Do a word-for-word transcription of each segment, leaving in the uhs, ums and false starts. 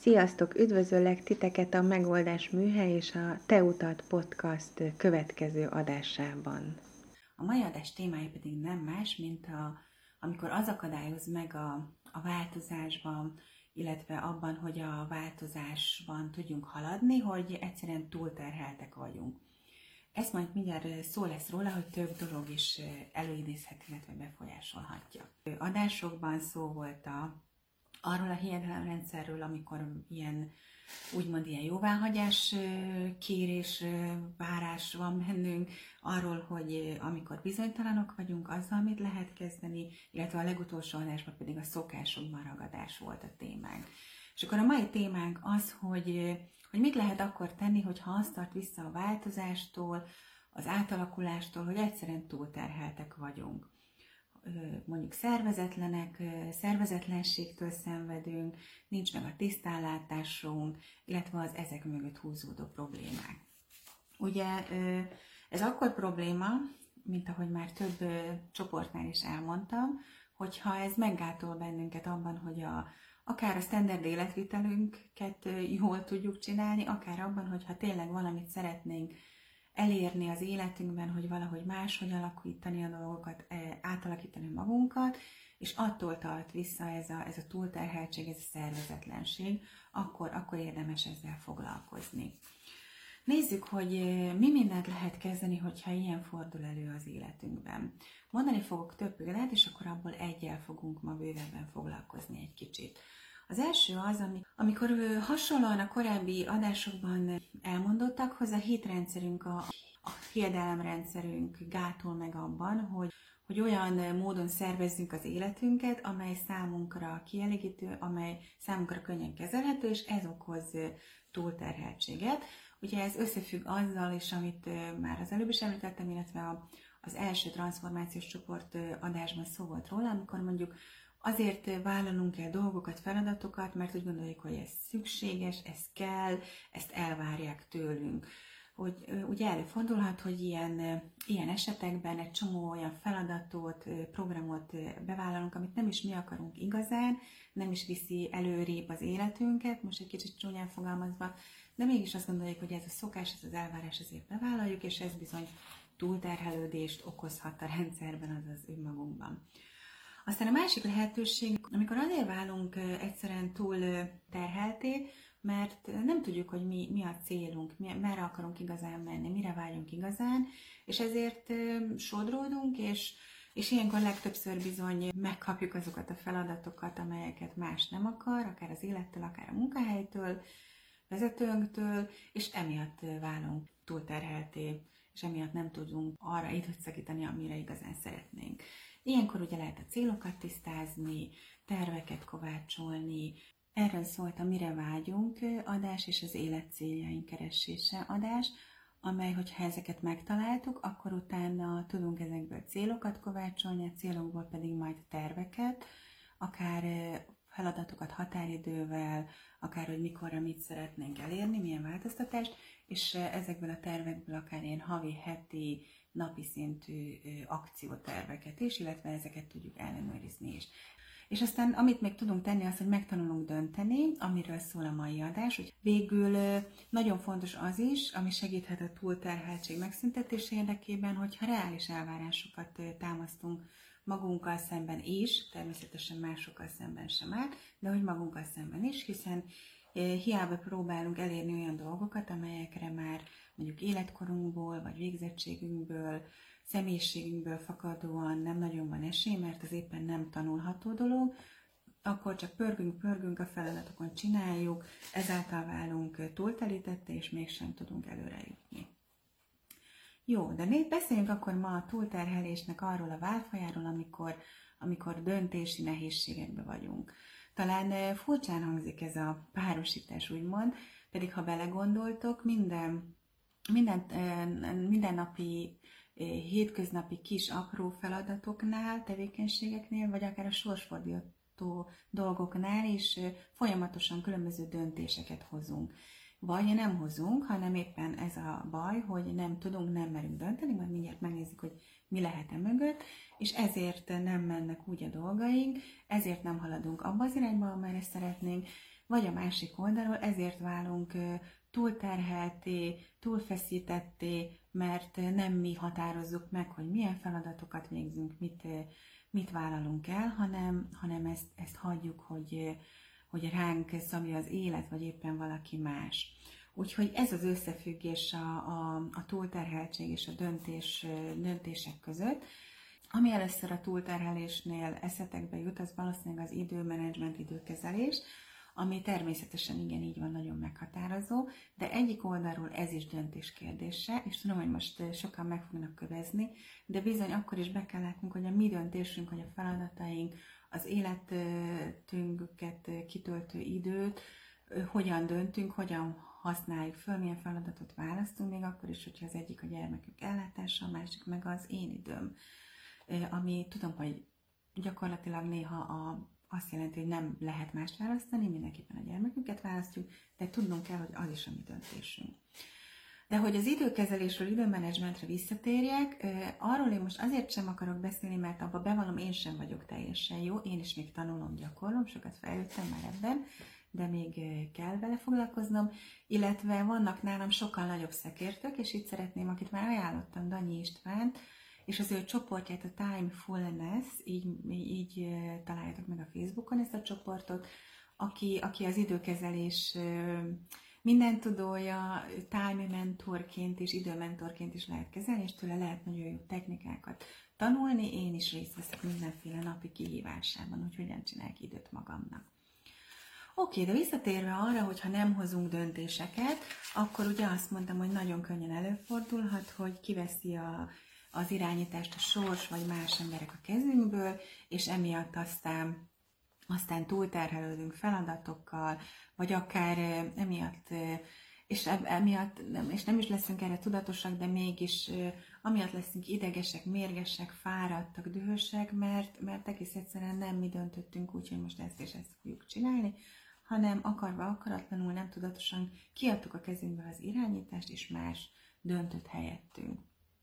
Sziasztok! Üdvözöllek titeket a Megoldás Műhely és a Te Utad Podcast következő adásában. A mai adás témája pedig nem más, mint a, amikor az akadályoz meg a, a változásban, illetve abban, hogy a változásban tudjunk haladni, hogy egyszerűen túlterheltek vagyunk. Ez majd mindjárt szó lesz róla, hogy több dolog is előidézhet, illetve befolyásolhatja. Adásokban szó volt a arról a hiedelemrendszerről, amikor ilyen, úgymond ilyen jóváhagyás kérés, várás van bennünk, arról, hogy amikor bizonytalanok vagyunk, azzal mit lehet kezdeni, illetve a legutolsó adásban pedig a szokásokban ragadás volt a témánk. És akkor a mai témánk az, hogy, hogy mit lehet akkor tenni, hogyha azt tart vissza a változástól, az átalakulástól, hogy egyszerűen túlterheltek vagyunk. Mondjuk szervezetlenek, szervezetlenségtől szenvedünk, nincs meg a tisztánlátásunk, illetve az ezek mögött húzódó problémák. Ugye ez akkor probléma, mint ahogy már több csoportnál is elmondtam, hogyha ez meggátol bennünket abban, hogy a, akár a standard életvitelünket jól tudjuk csinálni, akár abban, hogyha tényleg valamit szeretnénk elérni az életünkben, hogy valahogy máshogy alakítani a dolgokat, átalakítani magunkat, és attól tart vissza ez a, ez a túlterheltség, ez a szervezetlenség, akkor, akkor érdemes ezzel foglalkozni. Nézzük, hogy mi mindent lehet kezdeni, hogyha ilyen fordul elő az életünkben. Mondani fogok több példát, és akkor abból egyel fogunk ma bővebben foglalkozni egy kicsit. Az első az, amikor hasonlóan a korábbi adásokban elmondottakhoz, a hitrendszerünk, a, a hiedelemrendszerünk gátol meg abban, hogy, hogy olyan módon szervezzünk az életünket, amely számunkra kielégítő, amely számunkra könnyen kezelhető, és ez okoz túlterheltséget. Ugye ez összefügg azzal is, amit már az előbb is említettem, illetve a, az első transformációs csoport adásban szó volt róla, amikor mondjuk azért vállalunk el dolgokat, feladatokat, mert úgy gondoljuk, hogy ez szükséges, ez kell, ezt elvárják tőlünk. Hogy, ugye előfordulhat, hogy ilyen, ilyen esetekben egy csomó olyan feladatot, programot bevállalunk, amit nem is mi akarunk igazán, nem is viszi előrébb az életünket, most egy kicsit csúnyán fogalmazva, de mégis azt gondoljuk, hogy ez a szokás, ez az elvárás, ezért bevállaljuk, és ez bizony túlterhelődést okozhat a rendszerben, azaz önmagunkban. Aztán a másik lehetőség, amikor azért válunk egyszerűen túl terhelté, mert nem tudjuk, hogy mi, mi a célunk, mi, merre akarunk igazán menni, mire vágyunk igazán, és ezért sodródunk, és, és ilyenkor legtöbbször bizony megkapjuk azokat a feladatokat, amelyeket más nem akar, akár az élettől, akár a munkahelytől, vezetőnktől, és emiatt válunk túlterhelté, és emiatt nem tudunk arra időt szakítani, amire igazán szeretnénk. Ilyenkor ugye lehet a célokat tisztázni, terveket kovácsolni. Erről szólt a Mire vágyunk adás és az élet céljaink keresése adás, amely, hogyha ezeket megtaláltuk, akkor utána tudunk ezekből célokat kovácsolni, a célokból pedig majd terveket, akár feladatokat határidővel, akár hogy mikorra mit szeretnénk elérni, milyen változtatást, és ezekből a tervekből akár ilyen havi, heti, napi szintű akcióterveket is, illetve ezeket tudjuk ellenőrizni is. És aztán amit még tudunk tenni, az, hogy megtanulunk dönteni, amiről szól a mai adás. Hogy végül nagyon fontos az is, ami segíthet a túlterheltség megszüntetése érdekében, hogyha reális elvárásokat támasztunk magunkkal szemben is, természetesen másokkal szemben sem áll, de hogy magunkkal szemben is, hiszen hiába próbálunk elérni olyan dolgokat, amelyekre már mondjuk életkorunkból, vagy végzettségünkből, személyiségünkből fakadóan nem nagyon van esély, mert az éppen nem tanulható dolog, akkor csak pörgünk, pörgünk a feladatokon, csináljuk, ezáltal válunk túltelítette, és mégsem tudunk előre jutni. Jó, de még beszéljünk akkor ma a túlterhelésnek arról a válfajáról, amikor, amikor döntési nehézségekbe vagyunk. Talán furcsán hangzik ez a párosítás, úgymond, pedig ha belegondoltok, minden, minden, mindennapi, hétköznapi kis apró feladatoknál, tevékenységeknél, vagy akár a sorsfordító dolgoknál is folyamatosan különböző döntéseket hozunk. Vagy nem hozunk, hanem éppen ez a baj, hogy nem tudunk, nem merünk dönteni, majd mindjárt megnézzük, hogy mi lehet e mögött, és ezért nem mennek úgy a dolgaink, ezért nem haladunk abba az irányba, amerre szeretnénk, vagy a másik oldalról ezért válunk túlterhelté, túlfeszítetté, mert nem mi határozzuk meg, hogy milyen feladatokat végzünk, mit, mit vállalunk el, hanem, hanem ezt, ezt hagyjuk, hogy, hogy ránk szabja az élet, vagy éppen valaki más. Úgyhogy ez az összefüggés a, a, a túlterheltség és a döntés, döntések között. Ami először a túlterhelésnél eszetekbe jut, az valószínűleg az időmenedzsment, időkezelés, ami természetesen igen, így van, nagyon meghatározó, de egyik oldalról ez is döntés kérdése, és tudom, hogy most sokan meg fognak kövezni, de bizony akkor is be kell látnunk, hogy a mi döntésünk, hogy a feladataink, az életünket kitöltő időt, hogyan döntünk, hogyan használjuk föl, milyen feladatot választunk, még akkor is, hogyha az egyik a gyermekük ellátása, a másik meg az én időm. Ami tudom, hogy gyakorlatilag néha a, azt jelenti, hogy nem lehet mást választani, mindenképpen a gyermekünket választjuk, de tudnunk kell, hogy az is a mi döntésünk. De hogy az időkezelésről, időmenedzsmentre visszatérjek, arról én most azért sem akarok beszélni, mert abba bevallom, én sem vagyok teljesen jó, én is még tanulom, gyakorlom, sokat fejlődtem már ebben, de még kell vele foglalkoznom, illetve vannak nálam sokkal nagyobb szakértők, és itt szeretném, akit már ajánlottam, Danyi Istvánt, és az ő csoportját, a Timefulness, így, így találjátok meg a Facebookon ezt a csoportot, aki, aki az időkezelés mindentudója, time mentorként és időmentorként is lehet kezelni, és tőle lehet nagyon jó technikákat tanulni. Én is részt veszek mindenféle napi kihívásában, hogy hogyan csinálják időt magamnak. Oké, de visszatérve arra, hogy ha nem hozunk döntéseket, akkor ugye azt mondtam, hogy nagyon könnyen előfordulhat, hogy kiveszi a, az irányítást a sors vagy más emberek a kezünkből, és emiatt aztán, aztán túlterhelődünk feladatokkal, vagy akár emiatt, és emiatt, és nem is leszünk erre tudatosak, de mégis amiatt leszünk idegesek, mérgesek, fáradtak, dühösek, mert, mert egész egyszerűen nem mi döntöttünk úgy, hogy most ezt és ezt fogjuk csinálni, hanem akarva, akaratlanul, nem tudatosan kiadtuk a kezünkből az irányítást, és más döntött helyettünk.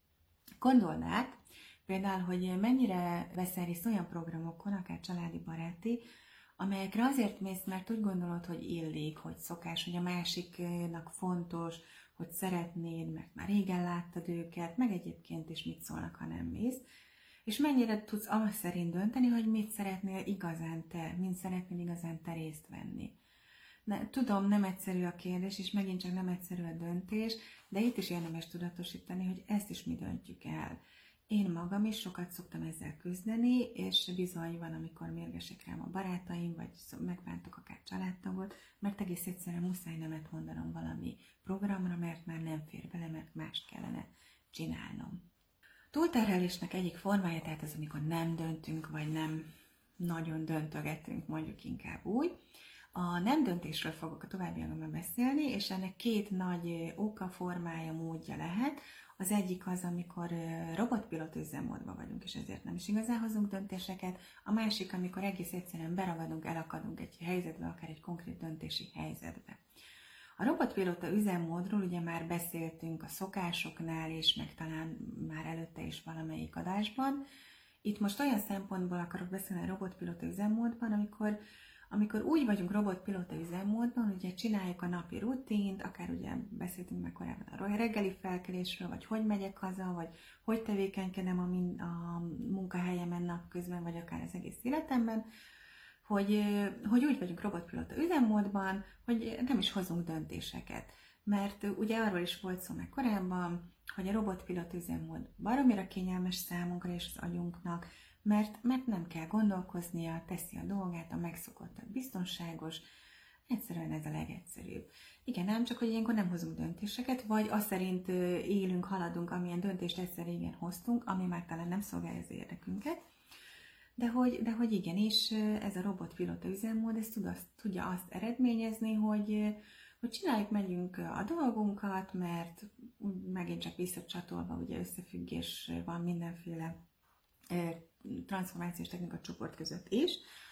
Gondold át, például, hogy mennyire veszel részt olyan programokon, akár családi, baráti, amelyekre azért mész, mert úgy gondolod, hogy illik, hogy szokás, hogy a másiknak fontos, hogy szeretnéd, mert már régen láttad őket, meg egyébként is mit szólnak, ha nem mész, és mennyire tudsz azt szerint dönteni, hogy mit szeretnél igazán te, mint szeretnél igazán te részt venni. Ne, tudom, nem egyszerű a kérdés, és megint csak nem egyszerű a döntés, de itt is érdemes tudatosítani, hogy ezt is mi döntjük el. Én magam is sokat szoktam ezzel küzdeni, és bizony van, amikor mérgesek rám a barátaim, vagy megbántok akár családtagot, mert egész egyszerűen muszáj nemet mondanom valami programra, mert már nem fér bele, mert mást kellene csinálnom. Túlterhelésnek egyik formája, tehát az, amikor nem döntünk, vagy nem nagyon döntögetünk, mondjuk inkább úgy. A nem döntésről fogok a továbbiakban beszélni, és ennek két nagy oka, formája, módja lehet. Az egyik az, amikor robotpilota üzemmódban vagyunk, és ezért nem is igazán hozunk döntéseket. A másik, amikor egész egyszerűen beragadunk, elakadunk egy helyzetbe, akár egy konkrét döntési helyzetbe. A robotpilota üzemmódról ugye már beszéltünk a szokásoknál, és meg talán már előtte is valamelyik adásban. Itt most olyan szempontból akarok beszélni a robotpilota üzemmódban, amikor Amikor úgy vagyunk robotpilota üzemmódban, ugye csináljuk a napi rutint, akár ugye beszéltünk meg korábban a reggeli felkelésről, vagy hogy megyek haza, vagy hogy tevékenykedem a, min- a munkahelyemen napközben, vagy akár az egész életemben, hogy, hogy úgy vagyunk robotpilota üzemmódban, hogy nem is hozunk döntéseket. Mert ugye arról is volt szó meg korábban, hogy a robotpilota üzemmód baromira kényelmes számunkra és az agyunknak, Mert, mert nem kell gondolkoznia, teszi a dolgát, a megszokottat biztonságos, egyszerűen ez a legegyszerűbb. Igen, nem csak, hogy ilyenkor nem hozunk döntéseket, vagy azt szerint élünk, haladunk, amilyen döntést egyszer régen hoztunk, ami már talán nem szolgálja az érdekünket, de hogy, de hogy igenis ez a robotpilota üzemmód, ez tud azt, tudja azt eredményezni, hogy, hogy csináljuk, megyünk a dolgunkat, mert megint csak visszacsatolva, ugye összefüggés van mindenféle transformációs technika csoport között is,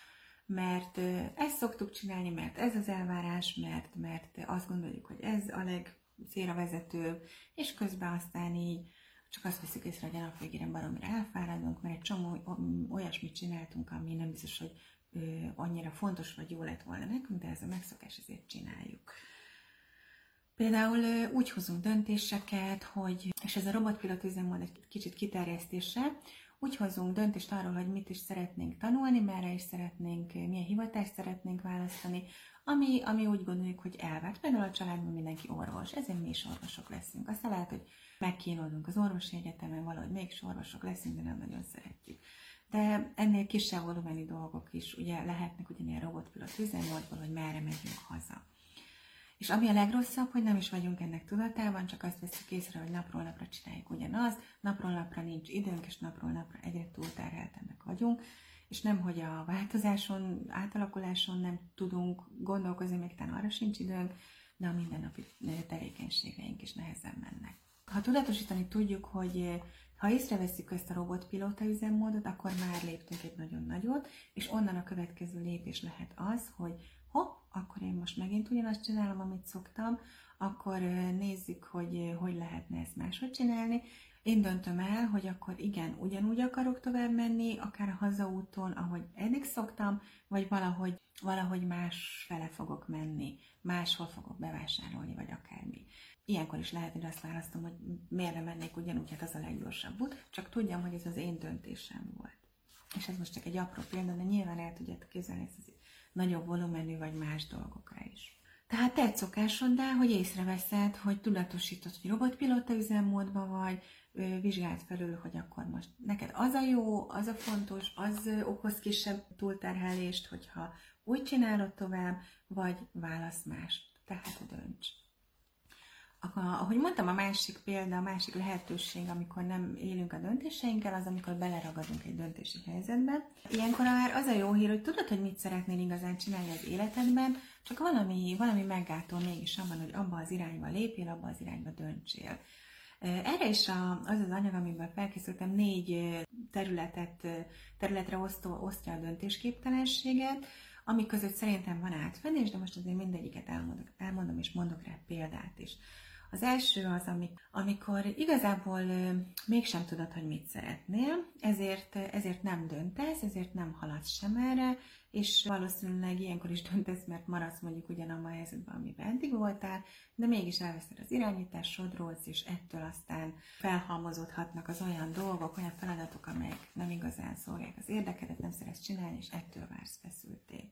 mert ezt szoktuk csinálni, mert ez az elvárás, mert, mert azt gondoljuk, hogy ez a legcélra vezetőbb, és közben aztán így csak azt veszik észre, hogy a nap végére baromira elfáradunk, mert egy csomó olyasmit csináltunk, ami nem biztos, hogy annyira fontos vagy jó lett volna nekünk, de ez a megszokás, ezért csináljuk. Például úgy hozunk döntéseket, hogy, és ez a robotpilota üzemmód egy kicsit kiterjesztése, úgy hozunk döntést arról, hogy mit is szeretnénk tanulni, merre is szeretnénk, milyen hivatást szeretnénk választani, ami, ami úgy gondoljuk, hogy elvált. Például a családban mindenki orvos, ezért mi is orvosok leszünk. Aztán lehet, hogy megkínlódunk az orvosi egyetemen, valahogy mégis orvosok leszünk, de nem nagyon szeretjük. De ennél kisebb volumenű dolgok is ugye lehetnek ugyanilyen robotpilota üzemmódból, hogy merre megyünk haza. És ami a legrosszabb, hogy nem is vagyunk ennek tudatában, csak azt veszük észre, hogy napról napra csináljuk ugyanazt, napról napra nincs időnk, és napról napra egyre túlterheltebbek vagyunk, és nem, hogy a változáson, átalakuláson nem tudunk gondolkozni, még talán arra sincs időnk, de a mindennapi tevékenységeink is nehezen mennek. Ha tudatosítani tudjuk, hogy ha észreveszünk ezt a robotpilóta üzemmódot, akkor már léptünk egy nagyon nagyot, és onnan a következő lépés lehet az, hogy hopp, akkor én most megint ugyanazt csinálom, amit szoktam, akkor nézzük, hogy hogy lehetne ezt máshogy csinálni. Én döntöm el, hogy akkor igen, ugyanúgy akarok tovább menni, akár a hazaúton, ahogy eddig szoktam, vagy valahogy, valahogy más fele fogok menni, máshol fogok bevásárolni, vagy akármi. Ilyenkor is lehet, hogy azt választom, hogy miért nem mennék ugyanúgy, hát az a leggyorsabb út, csak tudjam, hogy ez az én döntésem volt. És ez most csak egy apró példa, de nyilván el tudjátok képzelni ezt az nagyobb volumenű vagy más dolgokra is. Tehát te egy szokásoddá, hogy észreveszed, hogy tudatosítod, hogy robotpilóta üzemmódban vagy, vizsgáld felül, hogy akkor most neked az a jó, az a fontos, az okoz kisebb túlterhelést, hogyha úgy csinálod tovább, vagy válasz mást. Tehát dönts. Ahogy mondtam, a másik példa, a másik lehetőség, amikor nem élünk a döntéseinkkel, az, amikor beleragadunk egy döntési helyzetbe. Ilyenkor már az a jó hír, hogy tudod, hogy mit szeretnél igazán csinálni az életedben, csak valami, valami meggátol mégis abban, hogy abba az irányba lépjél, abba az irányba döntsél. Erre is az az anyag, amiben felkészültem, négy területet, területre osztó, osztja a döntésképtelenséget, ami között szerintem van átfedés, de most azért mindegyiket elmondok, elmondom és mondok rá példát is. Az első az, amikor igazából mégsem tudod, hogy mit szeretnél, ezért, ezért nem döntesz, ezért nem haladsz sem erre, és valószínűleg ilyenkor is döntesz, mert maradsz mondjuk ugyanabban a helyzetben, amiben eddig voltál, de mégis elveszed az irányítást, sodródsz, és ettől aztán felhalmozódhatnak az olyan dolgok, olyan feladatok, amelyek nem igazán szolgálják az érdekedet, nem szeretsz csinálni, és ettől vársz feszülté.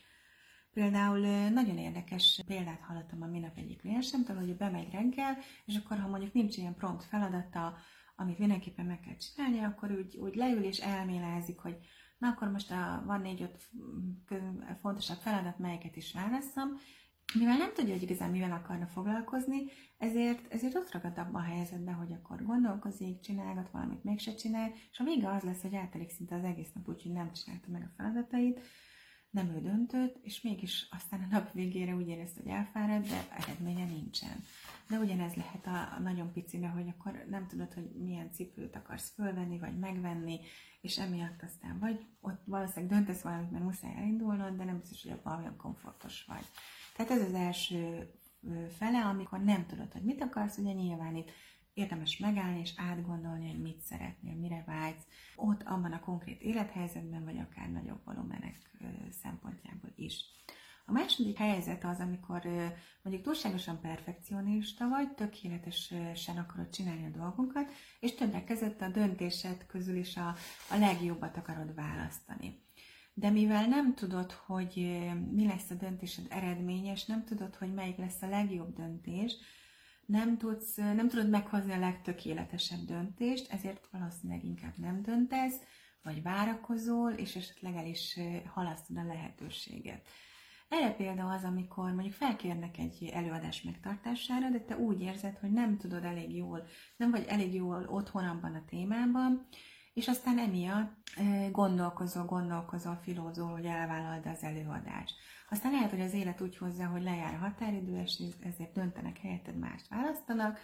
Például nagyon érdekes példát hallottam a minap egyik kliensemtől, hogy bemegy reggel, és akkor ha mondjuk nincs ilyen prompt feladata, amit mindenképpen meg kell csinálni, akkor úgy, úgy leül és elmélázik, hogy na akkor most a, van négy-öt fontosabb feladat, melyeket is válasszam. Mivel nem tudja, hogy igazán mivel akarna foglalkozni, ezért, ezért ott ragad abban a helyzetben, hogy akkor gondolkozik, csinálgat valamit, mégse csinál, és a vége az lesz, hogy eltelik szinte az egész nap úgy, hogy nem csinálta meg a feladatait, nem ő döntött, és mégis aztán a nap végére úgy érezte, hogy elfárad, de eredménye nincsen. De ugyanez lehet a, a nagyon picire, hogy akkor nem tudod, hogy milyen cipőt akarsz fölvenni, vagy megvenni, és emiatt aztán vagy ott valószínűleg döntesz valamit, mert muszáj elindulnod, de nem biztos, hogy abban olyan komfortos vagy. Tehát ez az első fele, amikor nem tudod, hogy mit akarsz, ugye nyilván itt érdemes megállni és átgondolni, hogy mit szeretnél, mire vágysz, ott abban a konkrét élethelyzetben, vagy akár nagyobb volumenek szempontjából is. A második helyzet az, amikor mondjuk túlságosan perfekcionista vagy, tökéletesen akarod csinálni a dolgunkat, és többek között a döntésed közül is a, a legjobbat akarod választani. De mivel nem tudod, hogy mi lesz a döntésed eredménye, és nem tudod, hogy melyik lesz a legjobb döntés, nem, tudsz, nem tudod meghozni a legtökéletesebb döntést, ezért valószínűleg inkább nem döntesz, vagy várakozol, és esetleg el is halasztod a lehetőséget. Erre példa az, amikor mondjuk felkérnek egy előadás megtartására, de te úgy érzed, hogy nem tudod elég jól, nem vagy elég jól otthon abban a témában, és aztán emiatt gondolkozol, gondolkozol, filózol, hogy elvállald az előadást. Aztán lehet, hogy az élet úgy hozza, hogy lejár a határidő, és ezért döntenek helyetted, mást választanak,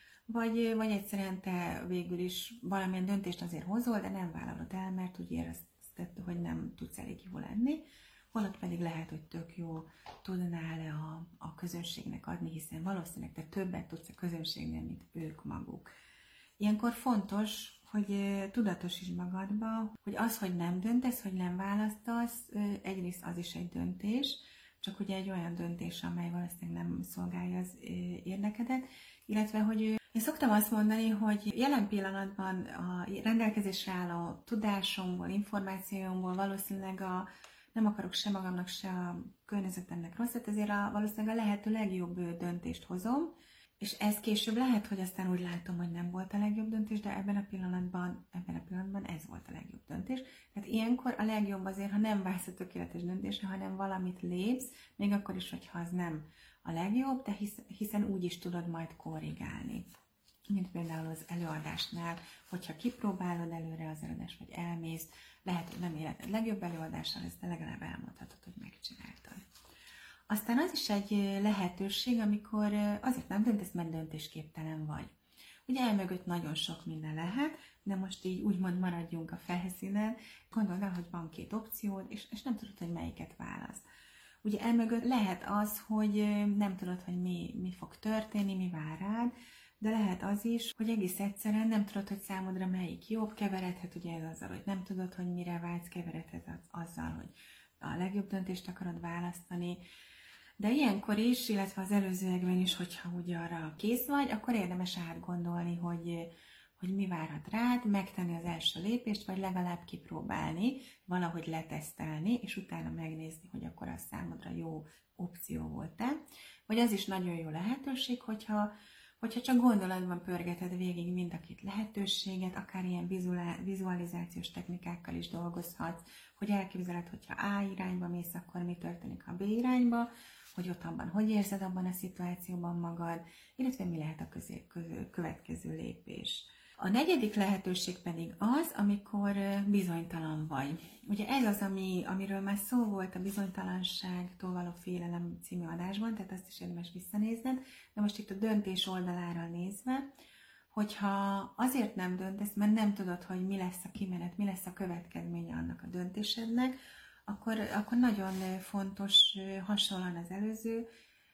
vagy, vagy egyszerűen te végül is valamilyen döntést azért hozol, de nem vállalod el, mert úgy érezted, hogy nem tudsz elég jó lenni, holott pedig lehet, hogy tök jó tudnál a, a közönségnek adni, hiszen valószínűleg te többet tudsz a közönségnél, mint ők maguk. Ilyenkor fontos, hogy tudatosíts magadba, hogy az, hogy nem döntesz, hogy nem választasz, egyrészt az is egy döntés, csak ugye egy olyan döntés, amely valószínűleg nem szolgálja az érdekedet, illetve, hogy én szoktam azt mondani, hogy jelen pillanatban a rendelkezésre álló tudásomból, információmból valószínűleg a, nem akarok se magamnak, se a környezetemnek rosszat, ezért a, valószínűleg a lehető legjobb döntést hozom, és ez később lehet, hogy aztán úgy látom, hogy nem volt a legjobb döntés, de ebben a pillanatban, ebben a pillanatban ez volt a legjobb döntés. Tehát ilyenkor a legjobb azért, ha nem válsz a tökéletes döntésre, hanem valamit lépsz, még akkor is, hogyha az nem a legjobb, de hisz, hiszen úgy is tudod majd korrigálni. Mint például az előadásnál, hogyha kipróbálod előre az előadást, vagy elmész, lehet, hogy nem életed legjobb előadással, ezt de legalább elmondhatod, hogy megcsináltad. Aztán az is egy lehetőség, amikor azért nem döntesz, mert döntésképtelen vagy. Ugye elmögött nagyon sok minden lehet, de most így úgymond maradjunk a felszínen. Gondold el, hogy van két opciód, és, és nem tudod, hogy melyiket válasz. Ugye elmögött lehet az, hogy nem tudod, hogy mi, mi fog történni, mi vár rád, de lehet az is, hogy egész egyszerűen nem tudod, hogy számodra melyik jobb, keveredhet ugye ez azzal, hogy nem tudod, hogy mire vágysz, keveredhet azzal, hogy a legjobb döntést akarod választani. De ilyenkor is, illetve az előzőekben is, hogyha ugye arra kész vagy, akkor érdemes átgondolni, hogy, hogy mi várhat rád, megtenni az első lépést, vagy legalább kipróbálni, valahogy letesztelni, és utána megnézni, hogy akkor az számodra jó opció volt-e. Vagy az is nagyon jó lehetőség, hogyha, hogyha csak gondolatban pörgeted végig mind a két lehetőséget, akár ilyen vizualizációs technikákkal is dolgozhatsz, hogy elképzeled, hogyha A irányba mész, akkor mi történik, ha B irányba, hogy ott abban hogy érzed abban a szituációban magad, illetve mi lehet a közé, közé, következő lépés. A negyedik lehetőség pedig az, amikor bizonytalan vagy. Ugye ez az, ami, amiről már szó volt a bizonytalanságtól való félelem című adásban, tehát azt is érdemes visszanézned, de most itt a döntés oldalára nézve, hogyha azért nem döntesz, mert nem tudod, hogy mi lesz a kimenet, mi lesz a következménye annak a döntésednek, akkor, akkor nagyon fontos hasonlóan az előző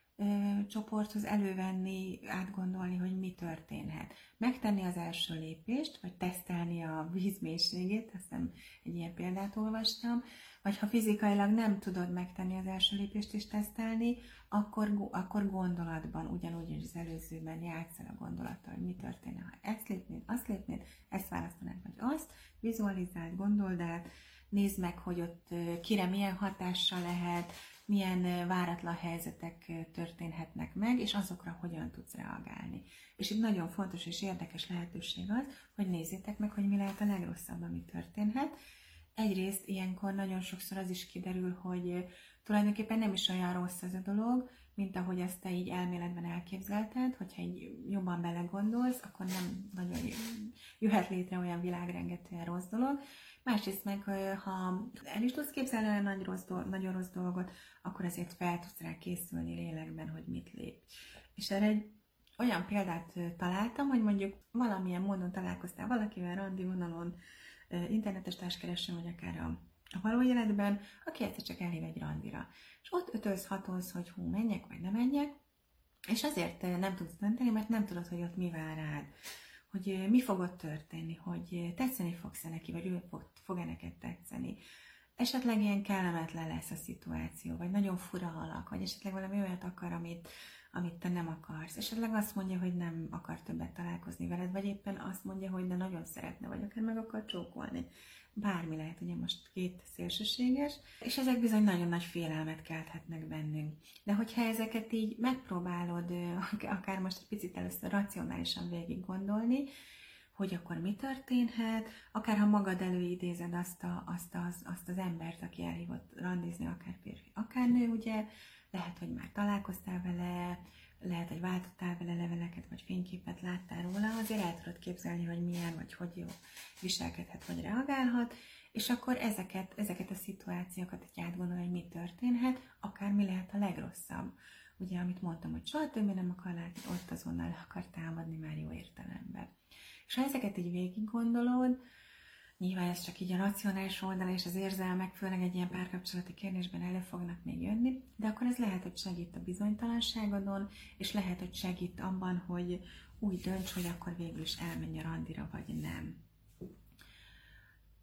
csoporthoz elővenni, átgondolni, hogy mi történhet. Megtenni az első lépést, vagy tesztelni a vízmélységét, azt hiszem egy ilyen példát olvastam, vagy ha fizikailag nem tudod megtenni az első lépést és tesztelni, akkor, akkor gondolatban, ugyanúgy, hogy az előzőben játsszál a gondolattal, hogy mi történne, ha ezt lépnéd, azt lépnéd, ezt választanád, vagy azt, vizualizáld, gondold át, nézd meg, hogy ott kire milyen hatással lehet, milyen váratlan helyzetek történhetnek meg, és azokra hogyan tudsz reagálni. És itt nagyon fontos és érdekes lehetőség az, hogy nézzétek meg, hogy mi lehet a legrosszabb, ami történhet. Egyrészt ilyenkor nagyon sokszor az is kiderül, hogy tulajdonképpen nem is olyan rossz ez a dolog, mint ahogy ezt te így elméletben elképzelted, hogyha így jobban belegondolsz, akkor nem nagyon jöhet létre olyan világrengetően rossz dolog. Másrészt meg, ha el is tudsz képzelni olyan nagy rossz dolog, nagyon rossz dolgot, akkor azért fel tudsz rá készülni lélekben, hogy mit lép. És erre egy olyan példát találtam, hogy mondjuk valamilyen módon találkoztál valakivel randi vonalon, internetes társkeresőn, vagy akár a, a való életben, aki egyszer csak elhív egy randira. És ott ötölsz-hatolsz, hogy hú, menjek, vagy nem menjek, és azért nem tudsz dönteni, mert nem tudod, hogy ott mi vár rád. Hogy mi fog ott történni, hogy tetszeni fogsz-e neki, vagy ő fog, fog-e neked tetszeni. Esetleg ilyen kellemetlen lesz a szituáció, vagy nagyon fura alak, vagy esetleg valami olyat akar, amit, amit te nem akarsz. Esetleg azt mondja, hogy nem akar többet találkozni veled, vagy éppen azt mondja, hogy de nagyon szeretne, vagy akár meg akar csókolni. Bármi lehet, ugye most két szélsőséges, és ezek bizony nagyon nagy félelmet kelthetnek bennünk. De hogyha ezeket így megpróbálod, akár most egy picit először racionálisan végig gondolni, hogy akkor mi történhet, akár ha magad előidézed azt, a, azt, az, azt az embert, aki elhívott randizni, akár férfi, akár nő, ugye, lehet, hogy már találkoztál vele, lehet, hogy váltottál vele leveleket, vagy fényképet láttál róla, azért el tudod képzelni, hogy milyen, vagy hogy jó viselkedhet, vagy reagálhat, és akkor ezeket, ezeket a szituációkat így átgondolni, hogy mi történhet, akár mi lehet a legrosszabb. Ugye, amit mondtam, hogy soha többé nem akar látni, ott azonnal le akar támadni már jó értelemben. És ha ezeket így végig gondolod, nyilván ez csak így a racionális oldala és az érzelmek, főleg egy ilyen párkapcsolati kérdésben elő fognak még jönni, de akkor ez lehet, hogy segít a bizonytalanságodon, és lehet, hogy segít abban, hogy úgy dönts, hogy akkor végül is elmenj a randira, vagy nem.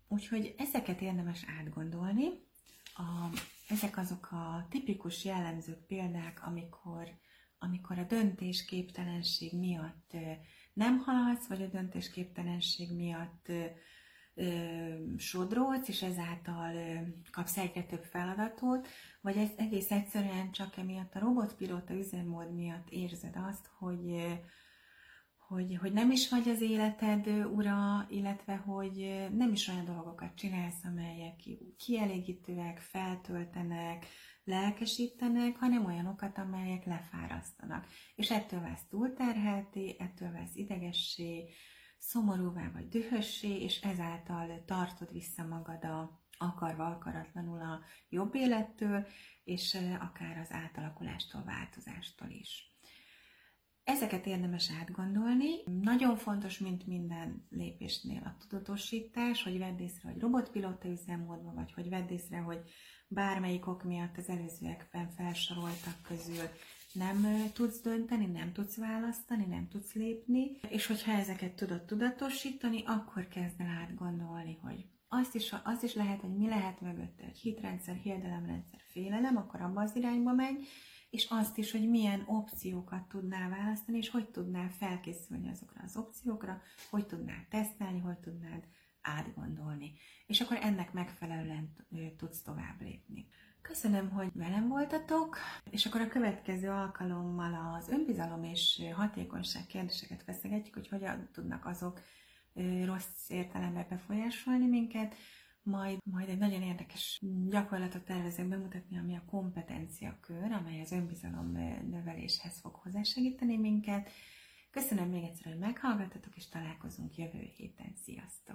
Úgyhogy ezeket érdemes átgondolni. A, ezek azok a tipikus jellemző példák, amikor, amikor a döntésképtelenség miatt nem haladsz, vagy a döntésképtelenség miatt ö, ö, sodródsz, és ezáltal ö, kapsz egyre több feladatot, vagy ez egész egyszerűen csak emiatt a robotpilóta üzemmód miatt érzed azt, hogy, ö, hogy, hogy nem is vagy az életed ura, illetve hogy nem is olyan dolgokat csinálsz, amelyek kielégítőek, feltöltenek, lelkesítenek, hanem olyanokat, amelyek lefárasztanak. És ettől válsz túlterhelté, ettől válsz idegessé, szomorúvá vagy dühössé, és ezáltal tartod vissza magad a akarva akaratlanul a jobb élettől, és akár az átalakulástól, változástól is. Ezeket érdemes átgondolni. Nagyon fontos, mint minden lépésnél a tudatosítás, hogy vedd észre, hogy robotpilóta üzemmódban vagy, hogy vedd észre, hogy bármelyik ok miatt az előzőekben felsoroltak közül nem tudsz dönteni, nem tudsz választani, nem tudsz lépni, és hogyha ezeket tudod tudatosítani, akkor kezd el átgondolni, hogy azt is, az is lehet, hogy mi lehet mögötte, egy hitrendszer, hiedelemrendszer, félelem, akkor abba az irányba megy, és azt is, hogy milyen opciókat tudnál választani, és hogy tudnál felkészülni azokra az opciókra, hogy tudnál tesztelni, hogy tudnád átgondolni. És akkor ennek megfelelően tudsz tovább lépni. Köszönöm, hogy velem voltatok, és akkor a következő alkalommal az önbizalom és hatékonyság kérdéseket feszegetjük, hogy hogyan tudnak azok rossz értelemben befolyásolni minket, majd, majd egy nagyon érdekes gyakorlatot tervezek bemutatni, ami a kompetenciakör, amely az önbizalom növeléshez fog hozzásegíteni minket. Köszönöm még egyszer, hogy meghallgattatok, és találkozunk jövő héten. Sziasztok!